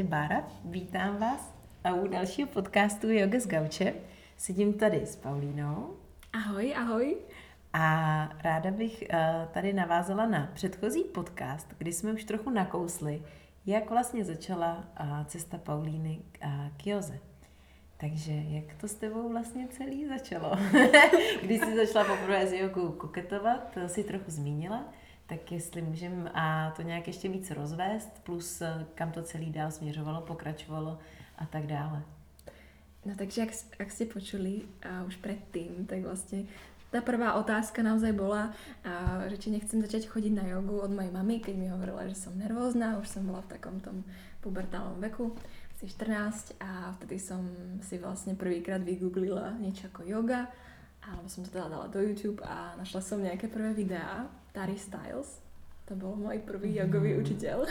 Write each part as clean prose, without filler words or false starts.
Bára, vítám vás a u dalšího podcastu Yoga z gauče. Sedím tady s Paulínou. Ahoj, ahoj. A ráda bych tady navázala na předchozí podcast, kdy jsme už trochu nakousli, jak vlastně začala cesta Paulíny k józe. Takže jak to s tebou vlastně celý začalo? Když jsi začala poprvé s jogou koketovat, to si trochu zmínila, tak jestli můžeme to nějak ještě víc rozvést, plus kam to celý dál směřovalo, pokračovalo a tak dále. No takže jak ste počuli už predtým, tak vlastne tá prvá otázka naozaj bola, že či nechcem začať chodiť na jogu od mojej mamy, keď mi hovorila, že som nervózna, už som bola v takom tom pubertálnom veku, asi 14, a vtedy som si vlastne prvýkrát vygooglila niečo ako yoga, alebo som to teda dala do YouTube a našla som nejaké prvé videá, Tari Styles. To byl můj první jogový učitel.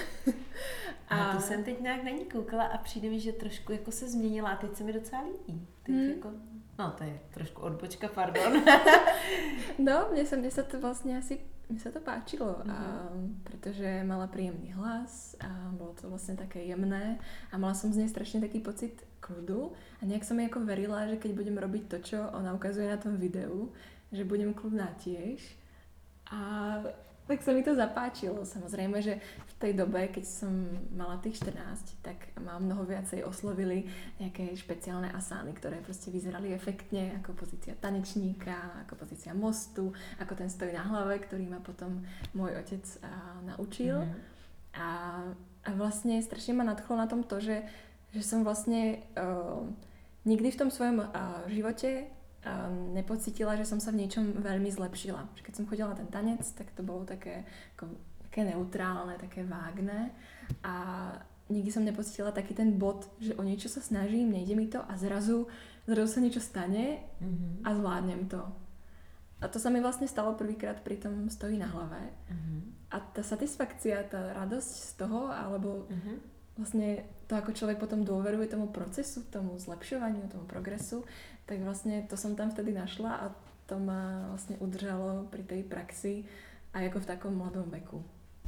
A to jsem teď nějak na ní koukala a přijde mi, že trošku jako se změnila a teď se mi docela líbí. Teď jako, no to je trošku odbočka, pardon. No, mne sa to vlastne asi páčilo, pretože mala príjemný hlas a bolo to vlastne také jemné a mala som z nej strašne taký pocit kľudu a nejak som jej ako verila, že keď budem robiť to, čo ona ukazuje na tom videu, že budem kľudná tiež. A tak sa mi to zapáčilo. Samozrejme, že v tej dobe, keď som mala tých 14, tak ma mnoho viacej oslovili nejaké špeciálne asány, ktoré proste vyzerali efektne, ako pozícia tanečníka, ako pozícia mostu, ako ten stoj na hlave, ktorý ma potom môj otec naučil. A vlastne strašne ma nadchlo na tom to, že som vlastne nikdy v tom svojom živote nepocítila, že som sa v niečom veľmi zlepšila. Keď som chodila na ten tanec, tak to bolo také neutrálne, také vágne a nikdy som nepocítila taký ten bod, že o niečo sa snažím, nejde mi to a zrazu sa niečo stane a zvládnem to. A to sa mi vlastne stalo prvýkrát pri tom stojí na hlave. A tá satisfakcia, tá radosť z toho, alebo vlastne to, ako človek potom dôveruje tomu procesu, tomu zlepšovaniu, tomu progresu, tak vlastne to som tam vtedy našla a to ma vlastne udržalo pri tej praxi aj ako v takom mladom veku.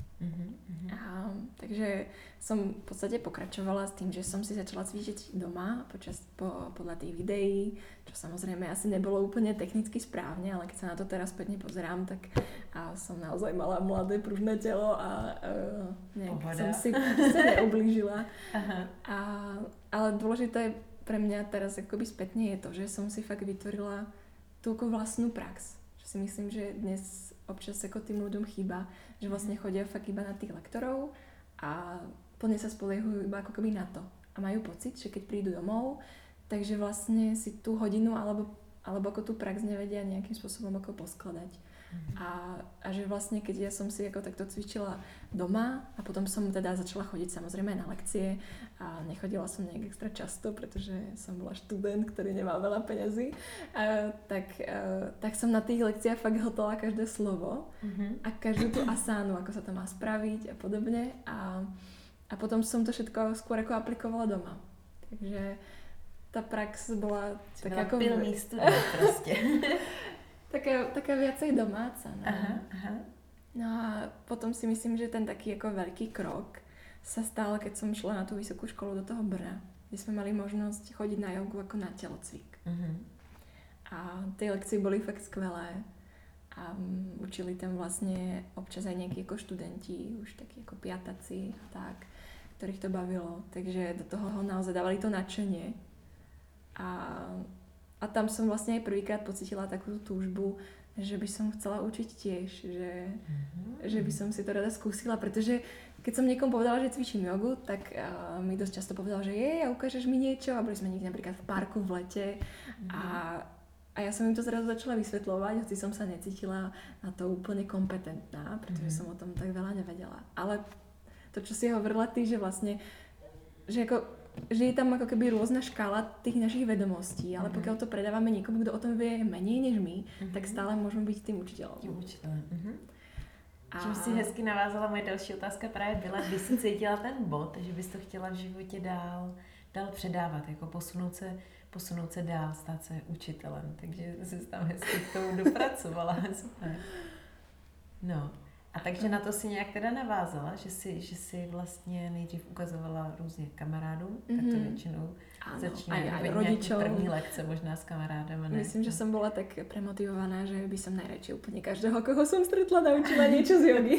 Takže som v podstate pokračovala s tým, že som si začala cvičiť doma podľa tých videí, čo samozrejme asi nebolo úplne technicky správne, ale keď sa na to teraz spätne pozerám, tak som naozaj mala mladé pružné telo a nejak som si neublížila. Ale dôležité pre mňa teraz akoby spätne je to, že som si fakt vytvorila tú vlastnú prax. Že si myslím, že dnes občas ako tým ľuďom chýba, že vlastne chodia fakt iba na tých lektorov a plne sa spoliehujú iba ako keby na to. A majú pocit, že keď prídu domov, takže vlastne si tú hodinu alebo ako tú prax nevedia nejakým spôsobom ako poskladať. A že vlastne keď ja som si ako takto cvičila doma a potom som teda začala chodiť samozrejme na lekcie a nechodila som nejak extra často, pretože som bola študent, ktorý nemal veľa peňazí, tak som na tých lekciách fakt hotala každé slovo a každú tú asánu, ako sa to má spraviť a podobne a potom som to všetko skôr ako aplikovala doma. Takže tá prax bola taká ako pilný studia proste. Taká viacej domáca. No. Aha. No a potom si myslím, že ten taký ako veľký krok sa stal, keď som šla na tú vysokú školu do toho Brna, kde sme mali možnosť chodiť na jogu ako na telocvik. A tie lekcie boli fakt skvelé a učili tam vlastne občas aj nejakí ako študenti, už takí ako piataci a tak, ktorých to bavilo. Takže do toho naozaj dávali to nadšenie. A tam som vlastne aj prvýkrát pocítila takú túžbu, že by som chcela učiť tiež, že by som si to rada skúsila, pretože keď som niekomu povedala, že cvičím jogu, tak mi dosť často povedal, že a ukážeš mi niečo, a boli sme niekde napríklad v parku v lete a ja som im to zrazu začala vysvetľovať, hoci som sa necítila na to úplne kompetentná, pretože som o tom tak veľa nevedela. Ale to, čo si hovorila ty, že vlastne, že je tam ako keby rôzna škála tých našich vedomostí, ale pokiaľ to predávame niekomu, kto o tom vie menej než my, tak stále môžeme byť tým učiteľom. Čím si hezky navázala, moje další otázka právě byla, když si cítila ten bod, že bys to chtěla v životě dál předávat, jako posunout se dál, stát se učitelem, takže jsi tam hezky k tomu dopracovala. Super. No A takže na to si nějak teda navázala, že si vlastně nejdřív ukazovala různě kamarádům, tak to většinou začínají aj rodičom. První lekce možná s kamarádem. Myslím, že som bola tak premotivovaná, že by som najradšej úplne každého, koho som stretla, naučila niečo z jogy.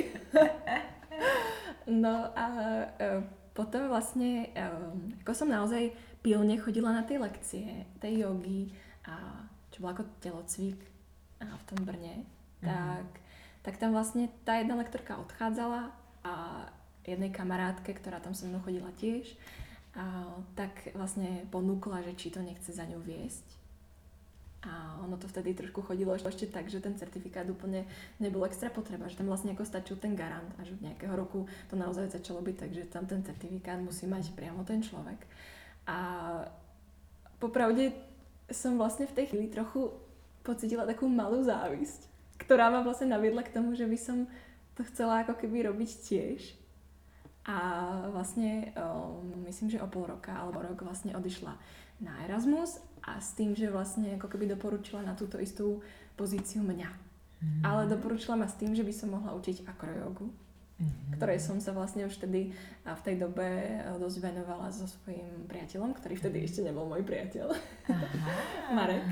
No a potom vlastne, ako som naozaj pilne chodila na tie lekcie, tej jogy, a čo bolo ako telocvik v tom Brne, tak tam vlastne tá jedna lektorka odchádzala a jednej kamarátke, ktorá tam so mnou chodila tiež, tak vlastne ponúkla, že či to nechce za ňou viesť. A ono to vtedy trošku chodilo ešte tak, že ten certifikát úplne nebol extra potreba, že tam vlastne ako stačil ten garant a že od nejakého roku to naozaj začalo byť tak, že tam ten certifikát musí mať priamo ten človek. A popravde som vlastne v tej chvíli trochu pocítila takú malú závisť, ktorá ma vlastne naviedla k tomu, že by som to chcela ako keby robiť tiež. A vlastne myslím, že o pol roka alebo rok vlastne odišla na Erasmus a s tým, že vlastne ako keby doporučila na túto istú pozíciu mňa. Ale doporučila ma s tým, že by som mohla učiť akrojogu, ktorej som sa vlastne už vtedy v tej dobe dosť venovala so svojím priateľom, ktorý vtedy ešte nebol môj priateľ. Marek.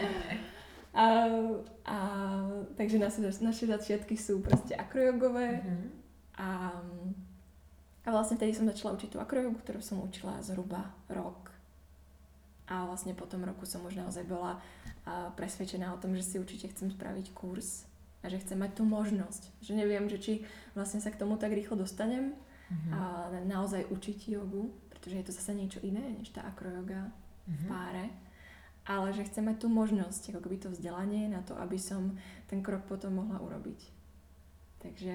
Takže naše začiatky sú proste akrojogové a vlastne vtedy som začala učiť tú akrojogu, ktorú som učila zhruba rok. A vlastne po tom roku som už naozaj bola presvedčená o tom, že si určite chcem spraviť kurz a že chcem mať tú možnosť. Že neviem, že či vlastne sa k tomu tak rýchlo dostanem a naozaj učiť jogu, pretože je to zase niečo iné, než tá akrojoga v páre. Ale že chcem mať tú možnosť, ako keby to vzdelanie na to, aby som ten krok potom mohla urobiť. Takže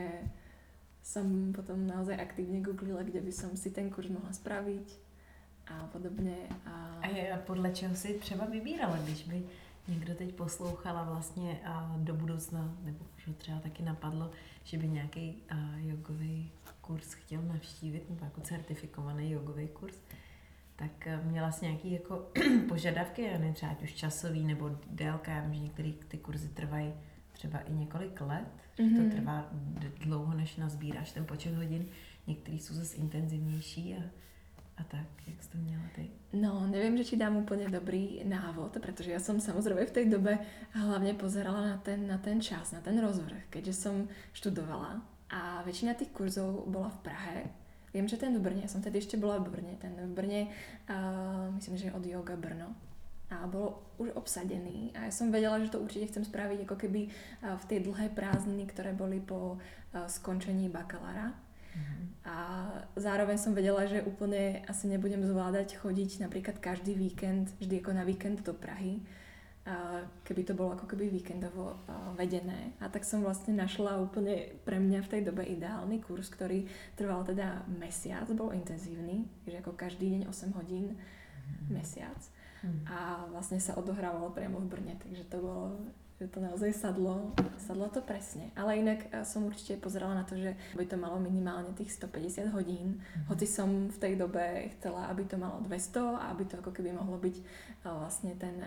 som potom naozaj aktívne googlila, kde by som si ten kurz mohla spraviť a podobně. A podle čeho si třeba vybírala, když by někdo teď poslouchala vlastně do budoucna, nebo že třeba taky napadlo, že by nějaký jogový kurz chtěl navštívit, nebo jako certifikovaný jogový kurz, tak měla jsi nějaký jako požadavky, ne třeba už časový nebo délka, já vím, že některé ty kurzy trvají třeba i několik let, že to trvá dlouho, než nazbíráš ten počet hodin, některý jsou zase intenzivnější a tak, jak jsi to měla ty? No, neviem, že či dám úplne dobrý návod, pretože ja som samozrejme v tej dobe hlavne pozerala na ten čas, na ten rozvrh, keďže som študovala a väčšina tých kurzov bola v Prahe. Viem, že ten v Brne, ja som tedy ešte bola v Brne, ten v Brne, myslím, že od Yoga Brno. A bol už obsadený a ja som vedela, že to určite chcem spraviť ako keby v tej dlhé prázdniny, ktoré boli po skončení bakalára. A zároveň som vedela, že úplne asi nebudem zvládať chodiť napríklad každý víkend, vždy ako na víkend do Prahy, keby to bolo ako keby víkendovo vedené. A tak som vlastne našla úplne pre mňa v tej dobe ideálny kurz, ktorý trval teda mesiac, bol intenzívny, že ako každý deň 8 hodín mesiac. A vlastne sa odohrávalo priamo v Brne, takže to bolo, že to naozaj sadlo to presne. Ale inak som určite pozerala na to, že by to malo minimálne tých 150 hodín, hoci som v tej dobe chcela, aby to malo 200 a aby to ako keby mohlo byť vlastne ten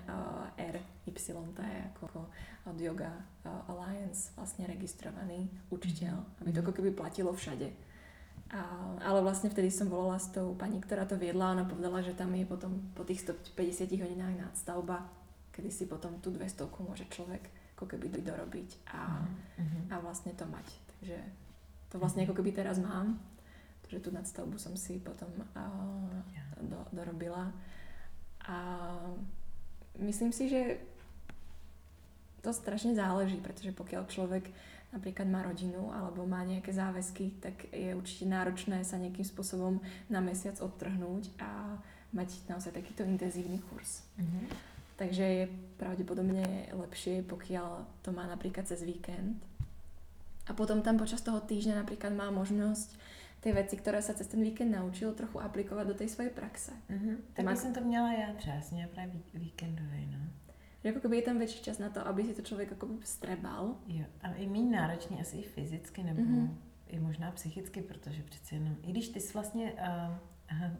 RYT ako od Yoga Alliance vlastne registrovaný učiteľ, aby to ako keby platilo všade. Ale vlastne vtedy som volala s tou pani, ktorá to viedla a ona povedala, že tam je potom po tých 150 hodinách nadstavba, kedy si potom tú 200 môže človek ako keby dorobiť a vlastne to mať. Takže to vlastne ako keby teraz mám, že tú nadstavbu som si potom dorobila. A myslím si, že to strašne záleží, pretože pokiaľ človek napríklad má rodinu alebo má nejaké záväzky, tak je určite náročné sa nejakým spôsobom na mesiac odtrhnúť a mať naozaj takýto intenzívny kurz. Takže je pravdepodobne lepšie, pokiaľ to má napríklad cez víkend. A potom tam počas toho týždňa napríklad má možnosť tie veci, ktoré sa cez ten víkend naučil, trochu aplikovať do tej svojej praxe. Tak jsem to měla já přesně, právě víkendový, no. Že ako keby je tam väčší čas na to, aby si to človek ako by strebal. Jo, a i méně náročný asi i fyzicky, nebo i možná psychicky, protože přeci jenom, i když ty jsi vlastně,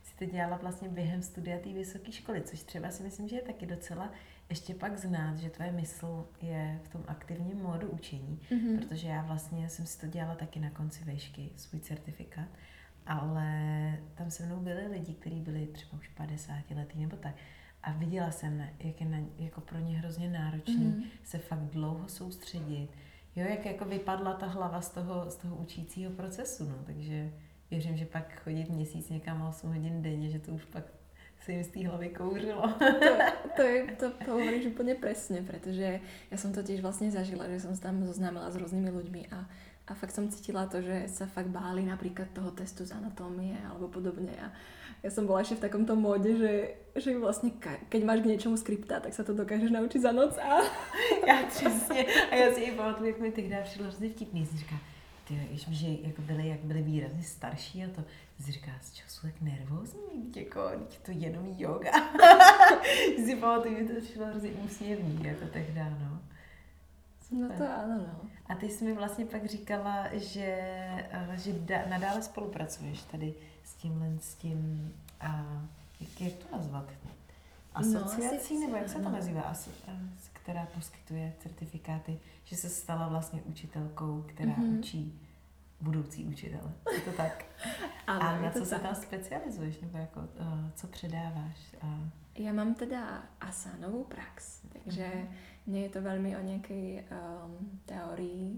si to dělala vlastně během studia té vysoké školy, což třeba si myslím, že je taky docela ještě pak znát, že tvoje mysl je v tom aktivním módu učení, protože já vlastně jsem si to dělala taky na konci vejšky, svůj certifikát, ale tam se mnou byli lidi, kteří byli třeba už 50 letý nebo tak. A viděla jsem, jak je jako pro ně hrozně náročný se fakt dlouho soustředit. Jo, jak jako vypadla ta hlava z toho učícího procesu, no. Takže věřím, že pak chodit měsíc někam 8 hodin denně, že to už pak se jim z té hlavy kouřilo. To hovoríš úplne presne, pretože ja som to tiež vlastne zažila, že som sa tam zoznámila s rôznymi ľuďmi a fakt som cítila to, že sa fakt báli napríklad toho testu z anatómie alebo podobne. A ja som bola ešte v takomto móde, že vlastne keď máš k niečomu skripta, tak sa to dokážeš naučiť za noc a... Já přesně. A já si i pamatuju, jak mi tehdy přišlo hrozně vtipný. Jsi říká, že jako byli výrazně starší a to si říká, z čeho jsou tak nervózní, jako to jenom yoga. Si pamatuju, mi to přišlo hrozně úsměvný, jako tehdy, no. Super. No to ano, no. A ty jsi mi vlastně pak říkala, že nadále spolupracuješ tady s tím, jak to nazvat? Asociací, nebo jak se to nazývá, která poskytuje certifikáty, že se stala vlastně učitelkou, která učí budoucí učitele. Je to tak? Ano, a na co se tam specializuješ, nebo jako, co předáváš? Ja mám teda asanovú prax, takže nie je to veľmi o nejakej teórii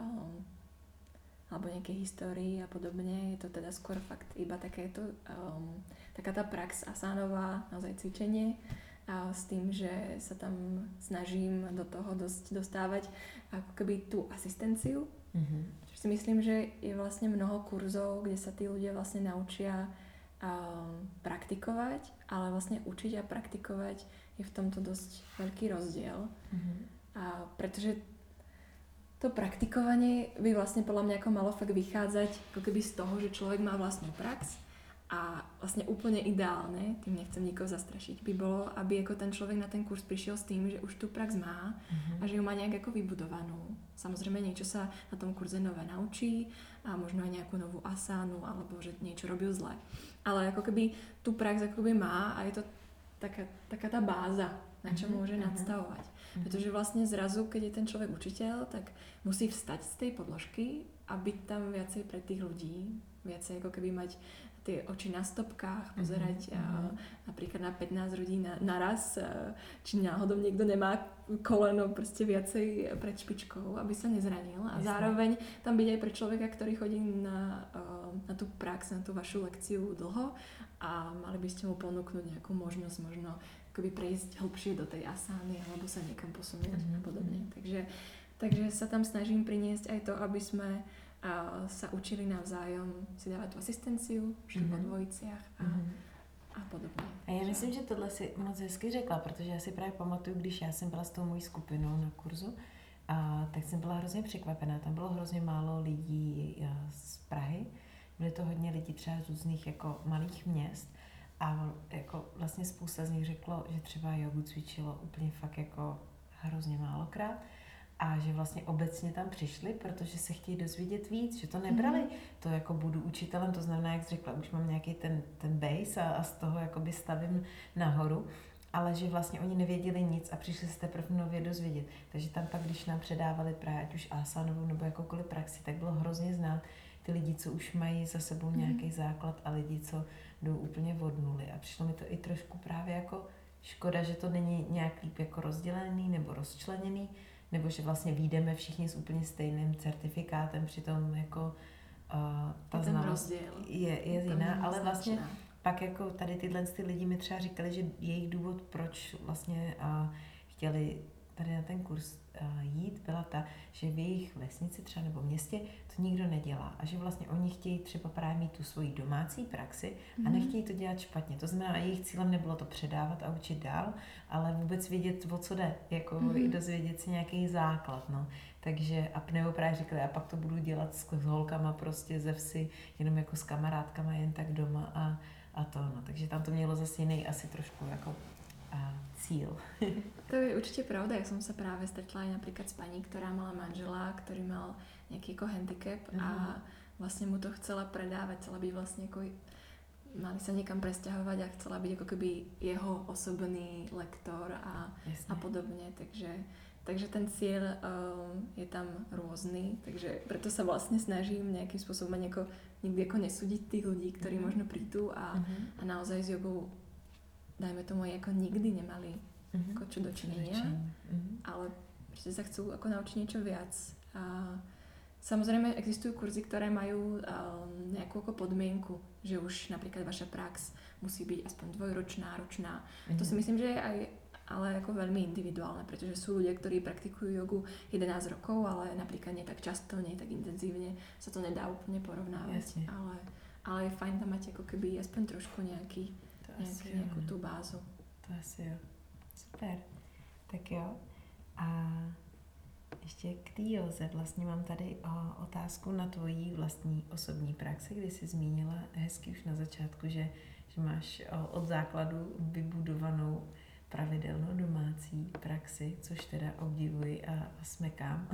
alebo nejakej histórii a podobne. Je to teda skôr fakt iba taká tá prax asanová, naozaj cvičenie a s tým, že sa tam snažím do toho dosť dostávať ako keby tú asistenciu. Čiže si myslím, že je vlastne mnoho kurzov, kde sa tí ľudia vlastne naučia praktikovať, ale vlastne učiť a praktikovať je v tomto dosť veľký rozdiel. A pretože to praktikovanie by vlastne podľa mňa ako malo fakt vychádzať ako keby z toho, že človek má vlastnú prax a vlastne úplne ideálne, tým nechcem nikoho zastrašiť, by bolo, aby ako ten človek na ten kurz prišiel s tým, že už tú prax má a že ju má nejak ako vybudovanú. Samozrejme niečo sa na tom kurze nové naučí a možno aj nejakú novú asánu alebo že niečo robil zle. Ale ako keby tú prax ako keby má a je to taká tá báza, na čo môže nadstavovať. Pretože vlastne zrazu, keď je ten človek učiteľ, tak musí vstať z tej podložky a byť tam viacej pre tých ľudí, viacej ako keby mať tie oči na stopkách, pozerať napríklad na 15 ľudí naraz, či náhodou niekto nemá koleno proste viacej pred špičkou, aby sa nezranil. A zároveň tam byť aj pre človeka, ktorý chodí na tú prax, na tú vašu lekciu dlho a mali by ste mu ponúknuť nejakú možnosť možno akoby prejsť hlbšie do tej asány alebo sa niekam posunúť a podobne. Takže sa tam snažím priniesť aj to, aby sme sa učili navzájem si dávať tu asistenciu, vo dvojiciach a podobně. A já myslím, že tohle si moc hezky řekla, protože já si právě pamatuju, když já jsem byla s tou mojí skupinou na kurzu, tak jsem byla hrozně překvapená. Tam bylo hrozně málo lidí z Prahy, byly to hodně lidí třeba z různých jako malých měst a jako vlastně spousta z nich řeklo, že třeba jogu cvičilo úplně fakt jako hrozně málokrát. A že vlastně obecně tam přišli, protože se chtějí dozvědět víc, že to nebrali to jako budu učitelem, to znamená, jak jsi řekla, už mám nějaký ten base a z toho jakoby stavím nahoru, ale že vlastně oni nevěděli nic a přišli se teprve nově dozvědět. Takže tam pak, když nám předávali právě ať už asanovou nebo jakoukoliv praxi, tak bylo hrozně znát ty lidi, co už mají za sebou nějaký základ a lidi, co jdou úplně od nuly. A přišlo mi to i trošku právě jako škoda, že to není nějak líp jako rozdělený nebo rozčleněný, nebo že vlastně vyjdeme všichni s úplně stejným certifikátem, přitom jako ta znalost je jiná, ale vlastně pak jako tady tyhle lidi mi třeba říkali, že jejich důvod, proč vlastně chtěli tady na ten kurz jít, byla ta, že v jejich vesnici třeba nebo městě to nikdo nedělá a že vlastně oni chtějí třeba právě mít tu svoji domácí praxi a nechtějí to dělat špatně. To znamená, jejich cílem nebylo to předávat a učit dál, ale vůbec vědět, o co jde, jako i dozvědět si nějaký základ, no. Takže a nebo právě říkali, a pak to budu dělat s holkama prostě ze vsi, jenom jako s kamarádkama jen tak doma a to, no. Takže tam to mělo zase jiný asi trošku jako cíl. To je určite pravda. Ja som sa práve stretla aj napríklad s pani, ktorá mala manžela, ktorý mal nejaký ako handicap a vlastne mu to chcela predávať, chcela byť vlastne ako mali sa niekam presťahovať a chcela byť ako keby jeho osobný lektor a podobne, takže ten cieľ je tam rôzny, takže preto sa vlastne snažím nejakým spôsobom nikdy ako nesúdiť tých ľudí, ktorí možno prídu a naozaj s jogou, dajme tomu, ako nikdy nemali ako čo dočinenia, ale proste sa chcú ako naučiť niečo viac. A samozrejme existujú kurzy, ktoré majú nejakú ako podmienku, že už napríklad vaša prax musí byť aspoň 2-ročná, ročná. To si myslím, že je aj ale ako veľmi individuálne, pretože sú ľudia, ktorí praktikujú jogu 11 rokov, ale napríklad nie tak často, nie tak intenzívne, sa to nedá úplne porovnávať. Ale je fajn tam mať ako keby aspoň trošku nejakú tú bázu. To asi jo. Super. Tak jo. A ještě k té józe vlastně mám tady otázku na tvojí vlastní osobní praxi, kdy jsi zmínila hezky už na začátku, že máš od základu vybudovanou pravidelnou domácí praxi, což teda obdivuji a smekám.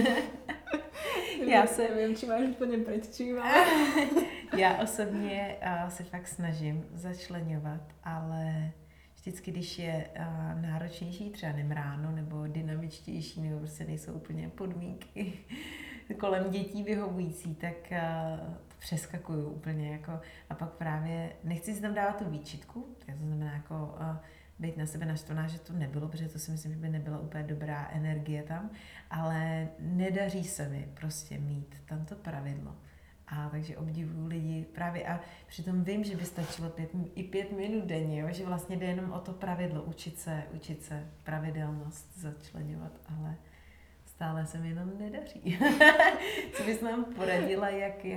Já se nevím, či máš úplně předčím. Já osobně se fakt snažím začleňovat, ale vždycky, když je náročnější, třeba nevím, ráno, nebo dynamičtější, nebo prostě nejsou úplně podmínky kolem dětí vyhovující, tak to přeskakuju úplně jako, a pak právě nechci si tam dávat tu výčitku, to znamená jako být na sebe naštvaná, že to nebylo, protože to si myslím, že by nebyla úplně dobrá energie tam, ale nedaří se mi prostě mít tamto pravidlo. A takže obdivuju lidi právě a přitom vím, že by stačilo 5 minut denně, jo? Že vlastně jde jenom o to pravidlo, učit se pravidelnost začleňovat, ale stále se mi jenom nedaří. Co bys nám poradila, jak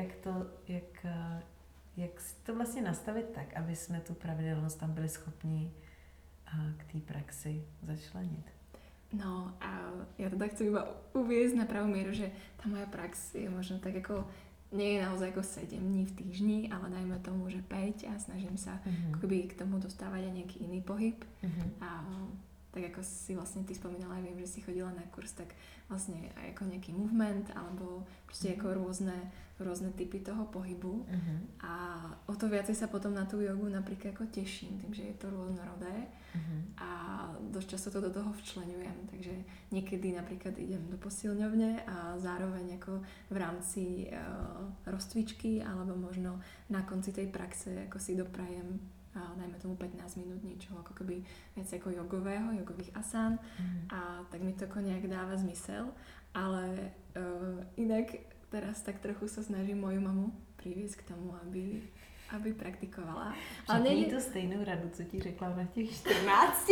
to vlastně nastavit tak, aby jsme tu pravidelnost tam byli schopni k té praxi začlenit? No a ja teda chcem iba uviesť na pravú mieru, že tá moja prax je možno tak ako, nie je naozaj ako 7 dní v týždni, ale dajme tomu, že 5 a snažím sa akoby k tomu dostávať aj nejaký iný pohyb. A tak ako si vlastne ty spomínala, aj viem, že si chodila na kurz, tak vlastne aj ako nejaký movement alebo proste ako rôzne typy toho pohybu. A o to viacej sa potom na tú jogu napríklad ako teším, tým, že je to rôznorodé a dosť často to do toho včleňujem, takže niekedy napríklad idem do posilňovne a zároveň ako v rámci rozcvičky alebo možno na konci tej praxe ako si doprajem najmä tomu 15 minút niečoho ako keby viac ako jogových asán a tak mi to ako nejak dáva zmysel, ale inak teraz tak trochu sa snažím moju mamu priviesť k tomu, aby praktikovala. Ale není to stejnou radu, co ti řekla na těch 14.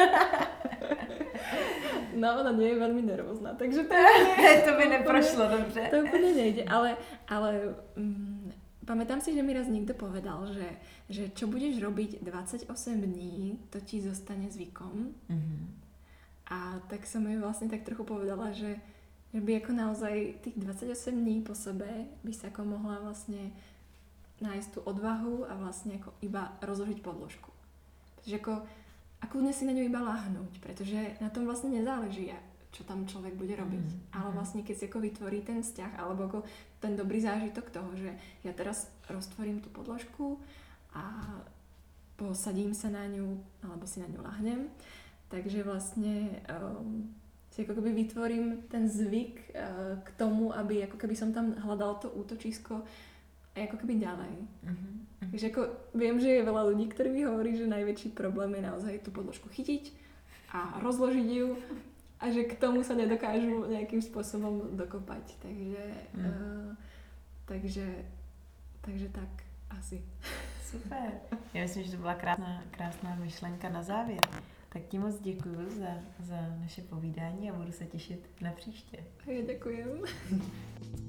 No, ona nie je veľmi nervózna, takže to by neprošlo dobře. To úplne nejde, ale pamätám si, že mi raz niekto povedal, že čo budeš robiť 28 dní, to ti zostane zvykom. A tak som jej vlastne tak trochu povedala, že by ako naozaj tých 28 dní po sebe by sa ako mohla vlastne nájsť tú odvahu a vlastne ako iba rozložiť podložku. Pretože ako kľudne si na ňu iba láhnuť, pretože na tom vlastne nezáleží, čo tam človek bude robiť. Ale vlastne keď si ako vytvorí ten vzťah alebo ako ten dobrý zážitok toho, že ja teraz roztvorím tú podložku a posadím sa na ňu alebo si na ňu lahnem, takže vlastne si ako keby vytvorím ten zvyk k tomu, aby ako keby som tam hľadal to útočisko aj ako keby ďalej. Takže ako viem, že je veľa ľudí, ktorí mi hovorí, že najväčší problém je naozaj tú podložku chytiť a rozložiť ju a že k tomu sa nedokážu nejakým spôsobom dokopať. Takže tak asi. Super. Já myslím, že to byla krásná myšlenka na závěr. Tak ti moc děkuju za naše povídání a budu se těšit na příště. Ja ďakujem.